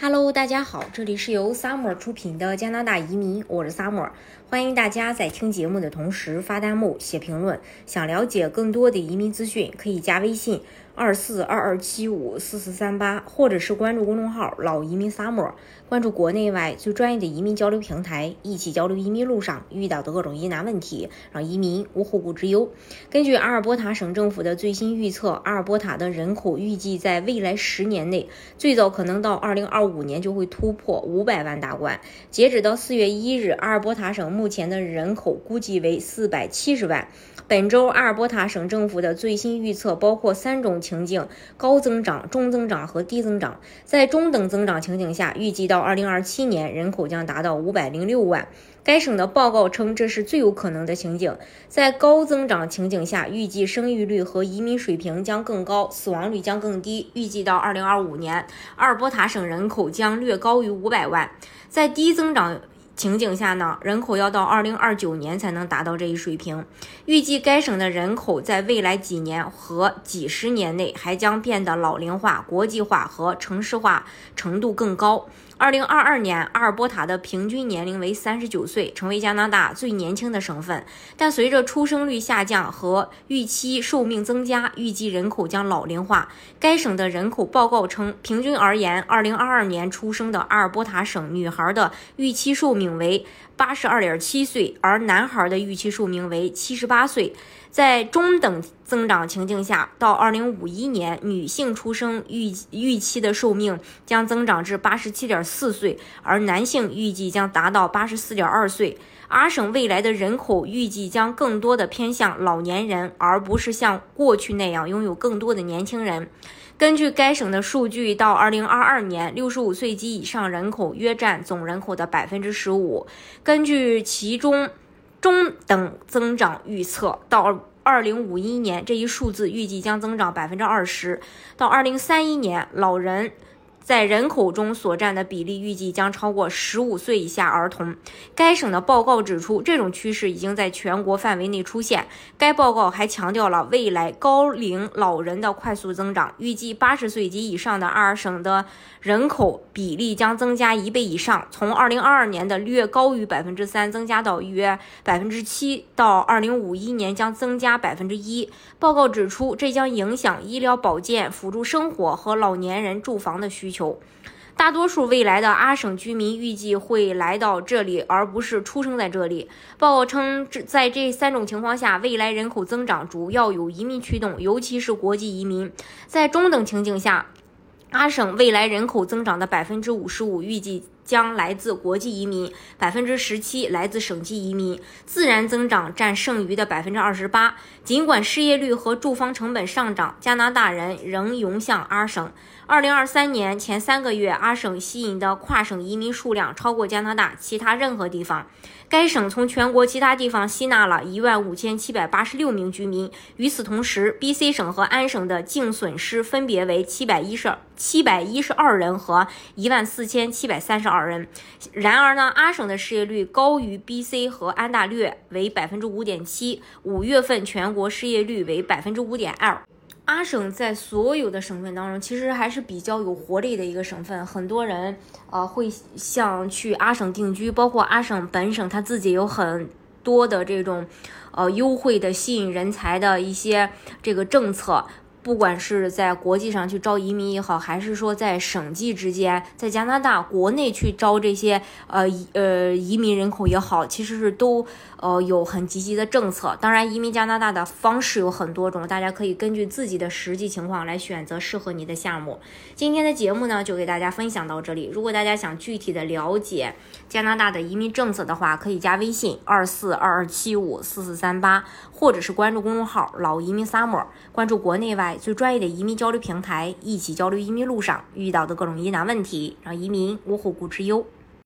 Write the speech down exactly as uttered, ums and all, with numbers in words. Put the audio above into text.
Hello， 大家好，这里是由 Summer 出品的加拿大移民，我是 Summer， 欢迎大家在听节目的同时发弹幕、写评论。想了解更多的移民资讯，可以加微信二四二二七五四四三八，或者是关注公众号老移民 Summer， 关注国内外最专业的移民交流平台，一起交流移民路上遇到的各种疑难问题，让移民无后顾之忧。根据阿尔伯塔省政府的最新预测，阿尔伯塔的人口预计在未来十年内，最早可能到二零二五年就会突破五百万大关。截止到四月一日，阿尔伯塔省目前的人口估计为四百七十万。本周阿尔伯塔省政府的最新预测包括三种情境：高增长、中增长和低增长。在中等增长情景下，预计到二零二七年人口将达到五百零六万。该省的报告称，这是最有可能的情景。在高增长情景下，预计生育率和移民水平将更高，死亡率将更低。预计到二零二五年，阿尔伯塔省人口将略高于五百万。在低增长情景下呢，人口要到二零二九年才能达到这一水平。预计该省的人口在未来几年和几十年内还将变得老龄化、国际化和城市化程度更高。二零二二年，阿尔伯塔的平均年龄为三十九岁，成为加拿大最年轻的省份。但随着出生率下降和预期寿命增加，预计人口将老龄化。该省的人口报告称，平均而言，二零二二年出生的阿尔伯塔省女孩的预期寿命为八十二点七岁，而男孩的预期寿命为七十八岁。在中等增长情境下，到二零五一年，女性出生预预期的寿命将增长至八十七点四岁，而男性预计将达到八十四点二岁。阿省未来的人口预计将更多的偏向老年人，而不是像过去那样拥有更多的年轻人。根据该省的数据，到二零二二年，六十五岁及以上人口约占总人口的 百分之十五。根据其中中等增长预测，到二零五一年这一数字预计将增长 百分之二十。 到二零三一年，老人在人口中所占的比例预计将超过十五岁以下儿童。该省的报告指出，这种趋势已经在全国范围内出现。该报告还强调了未来高龄老人的快速增长，预计八十岁及以上的阿尔省的人口比例将增加一倍以上，从二零二二年的略高于 百分之三 增加到约 百分之七， 到二零五一年将增加 百分之一。 报告指出，这将影响医疗保健、辅助生活和老年人住房的需求。大多数未来的阿省居民预计会来到这里，而不是出生在这里。报告称，在这三种情况下，未来人口增长主要有移民驱动，尤其是国际移民。在中等情景下，阿省未来人口增长的 百分之五十五 预计将来自国际移民， 百分之十七 来自省际移民，自然增长占剩余的 百分之二十八。 尽管失业率和住房成本上涨，加拿大人仍涌向阿省。二零二三年前三个月，阿省吸引的跨省移民数量超过加拿大其他任何地方。该省从全国其他地方吸纳了一万五千七百八十六名居民。与此同时， B C 省和安省的净损失分别为七百一十二人和一万四千七百三十二人。然而呢，阿省的失业率高于 B C 和安大略，为 百分之五点七， 五月份全国失业率为 百分之五点二。阿省在所有的省份当中其实还是比较有活力的一个省份，很多人呃会想去阿省定居，包括阿省本省他自己有很多的这种呃优惠的吸引人才的一些这个政策。不管是在国际上去招移民也好，还是说在省际之间，在加拿大国内去招这些呃呃移民人口也好，其实是都呃有很积极的政策。当然，移民加拿大的方式有很多种，大家可以根据自己的实际情况来选择适合你的项目。今天的节目呢，就给大家分享到这里。如果大家想具体的了解加拿大的移民政策的话，可以加微信二四二二七五四四三八，或者是关注公众号老移民 Summer， 关注国内外最专业的移民交流平台，一起交流移民路上遇到的各种疑难问题，让移民无后顾之忧。